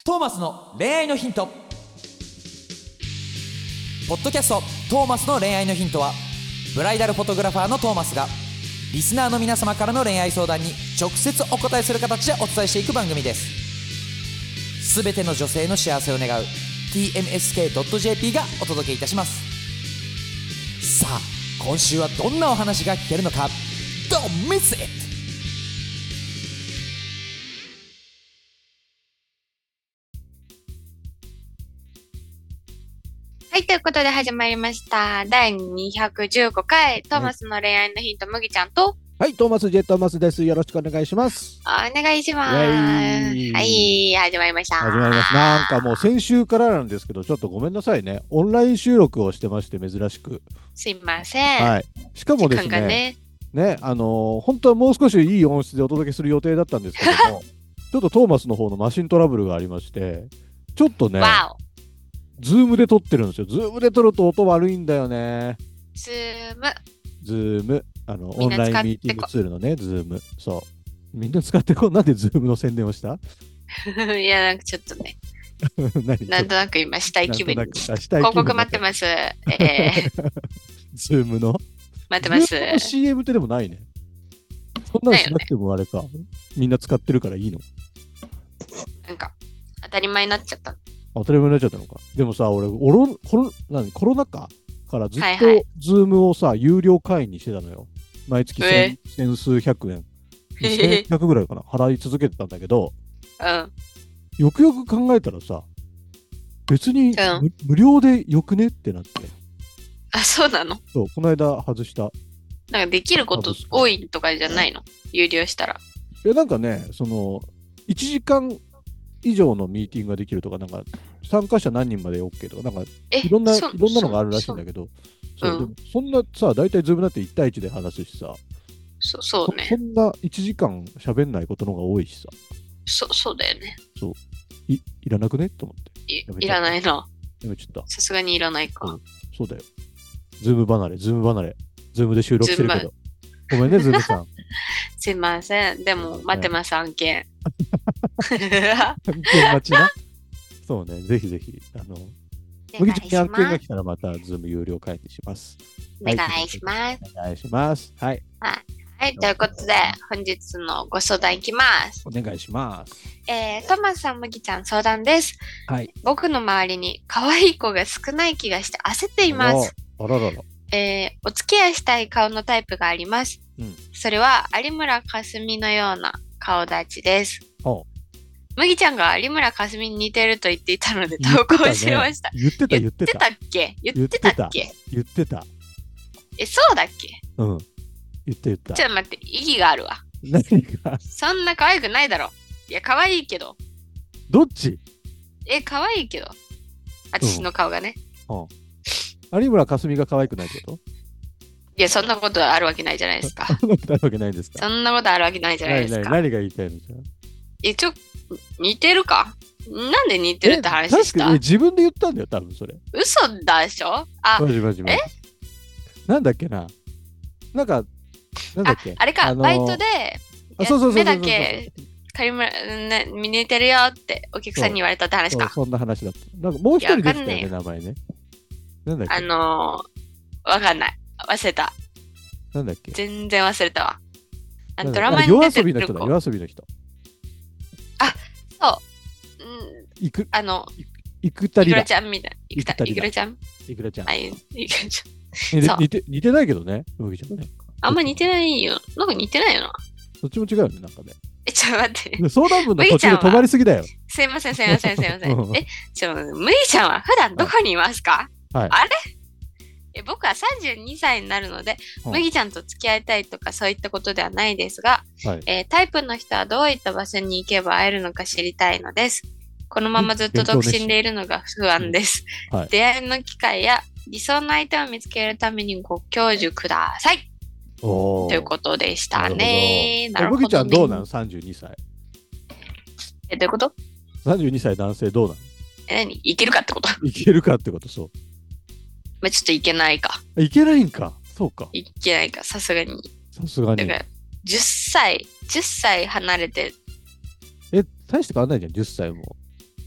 トーマスの恋愛のヒント。ポッドキャストトーマスの恋愛のヒントは、ブライダルフォトグラファーのトーマスがリスナーの皆様からの恋愛相談に直接お答えする形でお伝えしていく番組です。すべての女性の幸せを願う TMSK.jp がお届けいたします。さあ今週はどんなお話が聞けるのか、 Don't miss it。 はい、ということで始まりました。第215回、トーマスの恋愛のヒント、麦ちゃんと、 はい、トーマスジェットマスです。よろしくお願いします。 お願いします。はい、始まりました。 始まります。なんかもう先週からなんですけど、ちょっとごめんなさいね。オンライン収録をしてまして、珍しく。 すいません。 はい。しかもですね、本当はもう少しいい音質でお届けする予定だったんですけども、ちょっとトーマスの方のマシントラブルがありまして、ちょっとね、ズームで撮ってるんですよ。ズームで撮ると音悪いんだよね。 ズーム。オンラインミーティングツールのね、ズーム。そう。みんな使ってこう。なんでズームの宣伝をしたいや、なんかちょっとね。なんとなく今、したい気分に。広告待ってます。 ズームの待ってます。 ズームの CM ってでもないね。そんなのしなくてもあれか。みんな使ってるからいいの。 なんか、当たり前になっちゃった。 当たり前になっちゃったのか。でもさ、俺、コロナ禍からずっとズームをさ、有料会員にしてたのよ。毎月千数百円。1100ぐらいかな。払い続けてたんだけど、よくよく考えたらさ、別に無料でよくねってなって。 あ、そうなの？ そう、この間外した。 なんかできること多いとかじゃないの？有料したら。 なんかね、1時間以上のミーティングができるとか、なんか参加者何人まで OK とか、なんかいろんなのがあるらしいんだけど、でもそんなさ、大体ズームだって1対1で話すしさ、 そうね。 そんな1時間喋んないことの方が多いしさ、 そうだよね。 そう、いらなくねと思って。 いらないな。 やめちゃった。 さすがにいらないか。 そうだよ。ズーム離れ。ズームで収録してるけど。ごめんね、ズームさん。 すいません。でも、待ってます、案件。 案件待ちな。そうね、ぜひぜひ。麦ちゃんに案件が来たらまたズーム有料会員にします。 お願いします。 お願いします。はい。 はい、ということで、本日のご相談いきます。 お願いします。 トマスさん、麦ちゃん相談です。 はい。 僕の周りに可愛い子が少ない気がして焦っています。 あららら。 お付き合いしたい顔のタイプがあります。それは有村架純のような顔立ちです。麦ちゃんが有村架純に似てると言っていたので投稿しました。 言ってた。 言ってたっけ？ 言ってた。 そうだっけ？ 言った。 ちょっと待って、意義があるわ。 何が？ そんな可愛くないだろ。いや、可愛いけど。 どっち？ 可愛いけど。私の顔がね。 有村架純が可愛くないってこと？ いや、そんなことあるわけないじゃないですか。 そんなことあるわけないですか？ そんなことあるわけないじゃないですか。 何が言いたいのじゃ？ 似てるか？なんで似てるって話した？ 自分で言ったんだよ、多分それ。 嘘でしょ？ マジ。なんだっけな。なんだっけ。 あれか、バイトで、 そう目だけ、似てるよってお客さんに言われたって話か。 そんな話だった。なんかもう一人でしたよね、名前ね。なんだっけ。 わかんない。忘れた。 なんだっけ。 全然忘れたわ。ドラマに出てる子。 夜遊びの人。 あ、そう。 いくらちゃんみたいな。いくらちゃん。 似てないけどね、麦ちゃんね。 あんま似てないよ。なんか似てないよな。 どっちも違うよね、なんかね。 ちょっと待って。 相談文の途中で止まりすぎだよ。 すいません。麦ちゃんは普段どこにいますか？ はい。 あれ？僕は32歳になるので、麦ちゃんと付き合いたいとかそういったことではないですが、タイプの人はどういった場所に行けば会えるのか知りたいのです。このままずっと独身でいるのが不安です。出会いの機会や理想の相手を見つけるためにご教授ください。ということでしたね。なるほど。 麦ちゃんどうなの ?32 歳。 どういうこと？ 32 歳男性どうなの？ 何？いけるかってこと？ いけるかってこと、そう。 まあ、ちょっといけないか。 いけないんか。そうか。 いけないか、さすがに。 だから10歳離れて。 大して変わんないじゃん、10歳も。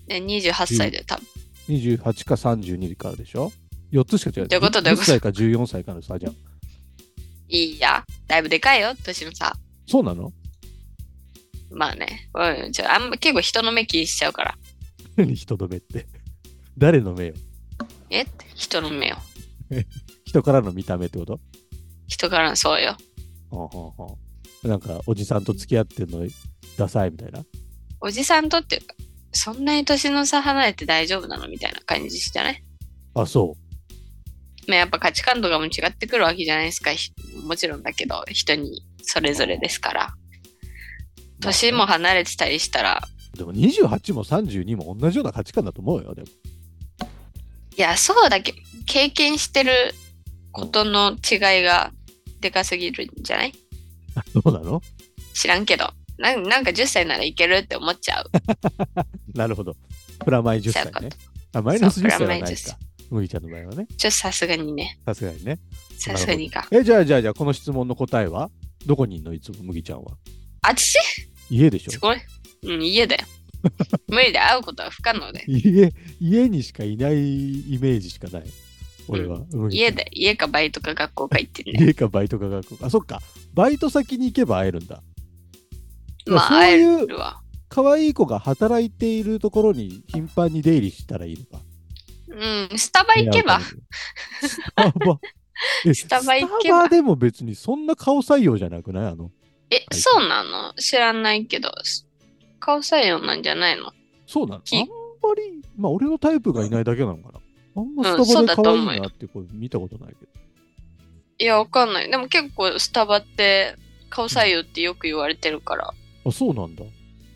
28歳で多分。 28か32からでしょ？ 4 つしか違う。 どういうこと 10歳か14歳かの差じゃん。 いいや。だいぶでかいよ、年の差。 そうなの？ まあね。結構人の目気にしちゃうから。 何人の目って。誰の目よ？ 人の目よ。 人からの見た目ってこと？ 人からのそうよ。 なんか、おじさんと付き合ってんのダサいみたいな。 おじさんとっていうか、そんなに年の差離れて大丈夫なのみたいな感じじゃない？ あ、そまあやっぱ価値観とかも違ってくるわけじゃないですか。もちろんだけど、人にそれぞれですから。年も離れてたりしたら。 でも28も32も同じような価値観だと思うよ、でも。 いや、そうだけど、経験してることの違いがでかすぎるんじゃない？ そうなの？ 知らんけど。なんか10歳ならいけるって思っちゃう。 なるほど。プラマイ10歳ね。あ、マイナス10歳はないか。麦ちゃんの場合はね。 さすがにね。 さすがにね。 さすがにか。 じゃあ、この質問の答えはどこにいんの？いつも麦ちゃんは。 私？ 家でしょ？ すごい。家だよ。無理で会うことは不可能で。 家にしかいないイメージしかない。俺は。 家かバイトか学校か行ってね。 家かバイトか学校。あ、そっか。バイト先に行けば会えるんだ。 まあ、会えるわ。 可愛い子が働いているところに頻繁に出入りしたらいいのか。 スタバ行けば。スタバ行けば。 スタバでも別にそんな顔採用じゃなくない？ そうなの？知らないけど、顔採用なんじゃないの？ そうなの？あんまり、まあ俺のタイプがいないだけなのかな。あんまスタバで可愛いなってこれ見たことないけど。 いや、わかんない。でも結構スタバって顔採用ってよく言われてるから。 あ、そうなんだ。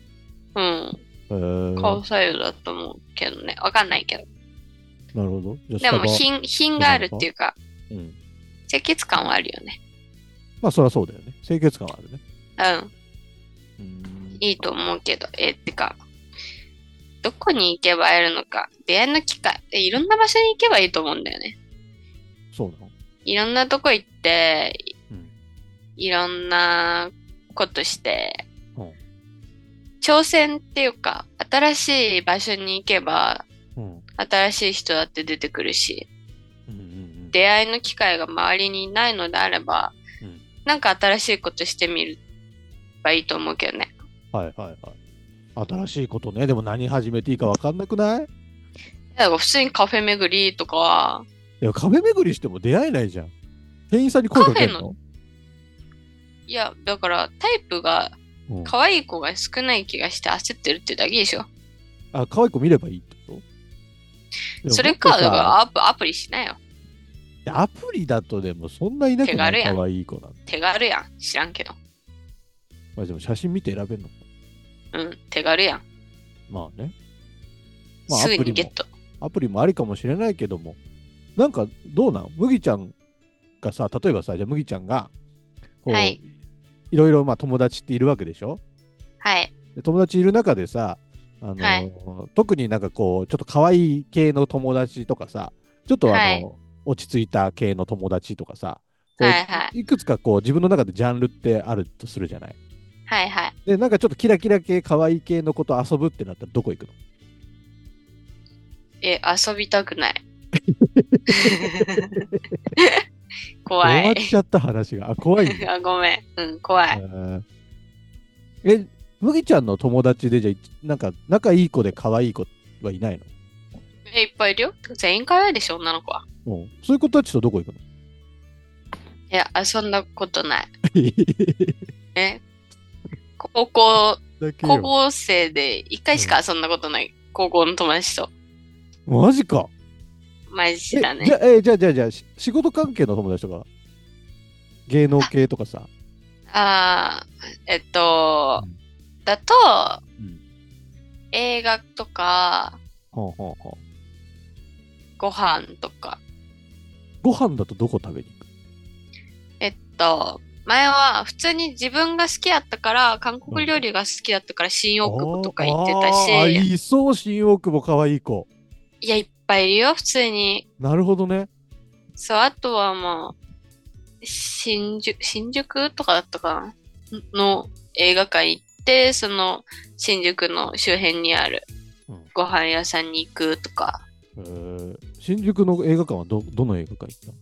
顔採用だと思うけどね。わかんないけど。 なるほど。 でも品があるっていうか、清潔感はあるよね。 まあそりゃそうだよね。清潔感はあるね。 いいと思うけど、ってか、どこに行けば会えるのか、出会いの機会、いろんな場所に行けばいいと思うんだよね。 そうなの？ いろんなとこ行って、いろんなことして、挑戦っていうか、新しい場所に行けば、新しい人だって出てくるし、出会いの機会が周りにないのであれば、なんか新しいことしてみればいいと思うけどね。 新しいことね。でも何始めていいか分かんなくない？ だから普通にカフェ巡りとかは。 いや、カフェ巡りしても出会えないじゃん。店員さんに声かけるの？ いや、だからタイプが可愛い子が少ない気がして焦ってるってだけでしょ。 あ、可愛い子見ればいいってこと？ それか、だからアプリしなよ。 アプリだとでもそんないなくない？可愛い子なんて。 手軽やん。知らんけど。 まあでも写真見て選べるのか。 手軽やん。 まあね。 まあ、すぐにゲット。 アプリもありかもしれないけども、なんかどうなん？麦ちゃんがさ、例えばさ、じゃあ麦ちゃんがこう、いろいろまあ友達っているわけでしょ？ はい。 友達いる中でさ、特になんかこうちょっと可愛い系の友達とかさ、ちょっと落ち着いた系の友達とかさ、いくつかこう自分の中でジャンルってあるとするじゃない。で、なんかちょっとキラキラ系、可愛い系の子と遊ぶってなったらどこ行くの？ 遊びたくない。怖い。 終わっちゃった話が。怖いね。 ごめん。怖い。 麦ちゃんの友達でじゃなんか仲いい子で可愛い子はいないの？ いっぱいいるよ。全員可愛いでしょ、女の子は。 そういう子たちとどこ行くの？ いや、遊んだことない。高校生で1回しか遊んだことない。高校の友達と。 マジか。 マジだね。 じゃあ、仕事関係の友達とか芸能系とかさ。 だと、映画とか、ご飯とか。 ご飯だとどこ食べに行く？ 前は普通に自分が好きやったから、韓国料理が好きだったから新大久保とか行ってたし。 いそう、新大久保可愛い子。 いや、いっぱいいるよ、普通に。 なるほどね。 そう、あとはもう、新宿とかだったかなの映画館行って、その新宿の周辺にあるご飯屋さんに行くとか。 新宿の映画館はどの映画館行った？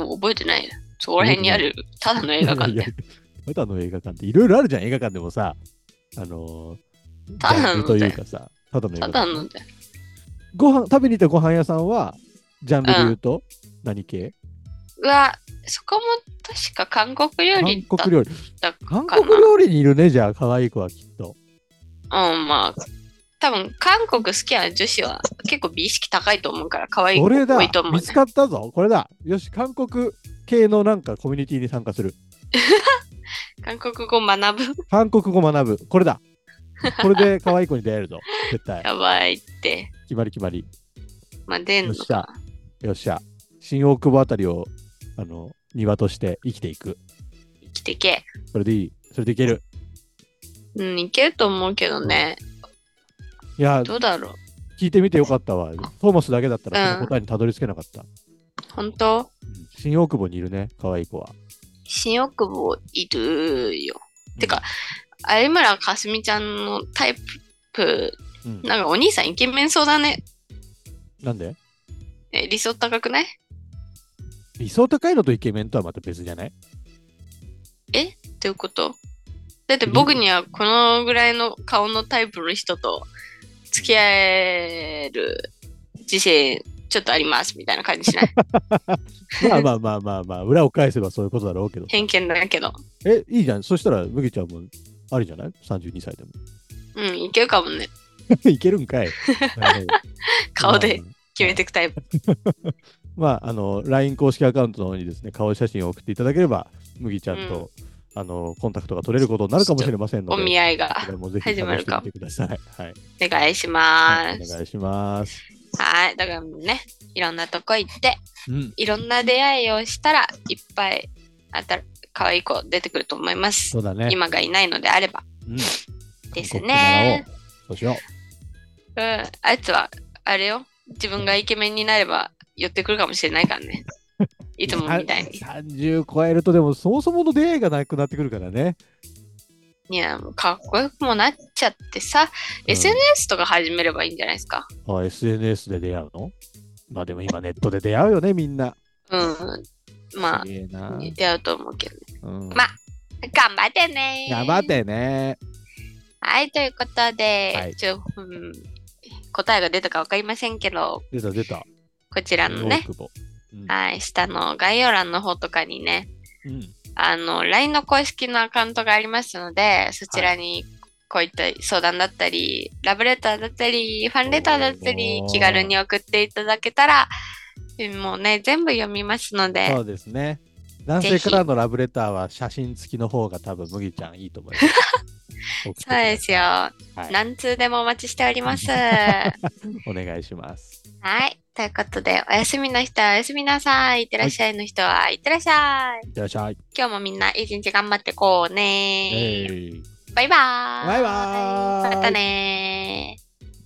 覚えてないよ。そこら辺にあるただの映画館で。 ただの映画館っていろいろあるじゃん。映画館でもさ、 ただのというかさ、ただの映画館。 ただので。 食べに行ったご飯屋さんはジャンルで言うと、何系？ そこも確か韓国料理だったかな。 韓国料理にいるね、じゃあ可愛い子はきっと。 まあ多分韓国好きな女子は結構美意識高いと思うから可愛い子多いと思う、ね。 見つかったぞ。これだ。よし、韓国系のなんかコミュニティに参加する。 韓国語学ぶ。 韓国語学ぶ。これだ。これで可愛い子に出会えるぞ。絶対。 やばいって。 決まり。 まあ、出んのか。 よっしゃ。新大久保あたりを、庭として生きていく。 生きていけ。 それでいい。それでいける。 いけると思うけどね。 いや、 どうだろう。 聞いてみてよかったわ。トーマスだけだったらその答えにたどり着けなかった。 本当？ 新大久保にいるね、可愛い子は。 新大久保いるよ。てか、有村架純ちゃんのタイプ、なんかお兄さんイケメンそうだね。 なんで？ 理想高くない？ 理想高いのとイケメンとはまた別じゃない？ どういうこと？だって僕にはこのぐらいの顔のタイプの人と付き合える自信ちょっとありますみたいな感じしない？ まあ、裏を返せばそういうことだろうけど。 偏見だけど。 いいじゃん。そしたら麦ちゃんもありじゃない？ 32 歳でも。 いけるかもね。 いけるんかい。 顔で決めていくタイプ。 まあ、LINE 公式アカウントの方にですね、顔写真を送っていただければ、麦ちゃんと、コンタクトが取れることになるかもしれませんので、 お見合いが始まるかも。はい。 お願いします。 お願いします。 はい。だからね、いろんなとこ行って、いろんな出会いをしたら、いっぱい可愛い子出てくると思います。 そうだね。 今がいないのであれば。ですね。 そうしよう。あいつは、あれよ。自分がイケメンになれば寄ってくるかもしれないからね。いつもみたいに。 30超えるとでもそもそもの出会いがなくなってくるからね。 いや、もうかっこよくもなっちゃってさ、SNS とか始めればいいんじゃないですか。 SNS で出会うの？まあでも今ネットで出会うよね、みんな。 まあ、出会うと思うけどね。まあ、頑張ってね。 頑張ってね。 はい、ということで、答えが出たか分かりませんけど、 出た。 こちらのね、下の概要欄の方とかにね、LINE の公式のアカウントがありますので、そちらにこういった相談だったり、ラブレターだったり、ファンレターだったり、気軽に送っていただけたら、もうね、全部読みますので。 そうですね。男性からのラブレターは写真付きの方が多分麦ちゃんいいと思います。 そうですよ。何通でもお待ちしております。 お願いします。 はい。ということで、お休みの人はおやすみなさい。いってらっしゃいの人はいってらっしゃい。 いってらっしゃい。 今日もみんな一日頑張ってこうね。バイバーイ。 バイバーイ。またね。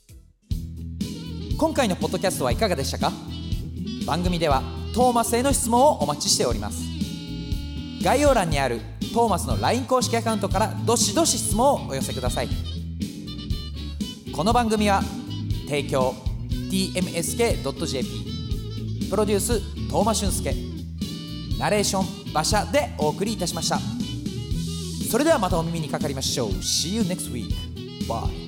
今回のポッドキャストはいかがでしたか？番組ではトーマスへの質問をお待ちしております。概要欄にあるトーマスの LINE 公式アカウントからどしどし質問をお寄せください。この番組は提供 tmsk.jp プロデュース東間俊介ナレーション馬車でお送りいたしました。それではまたお耳にかかりましょう。 See you next week. Bye.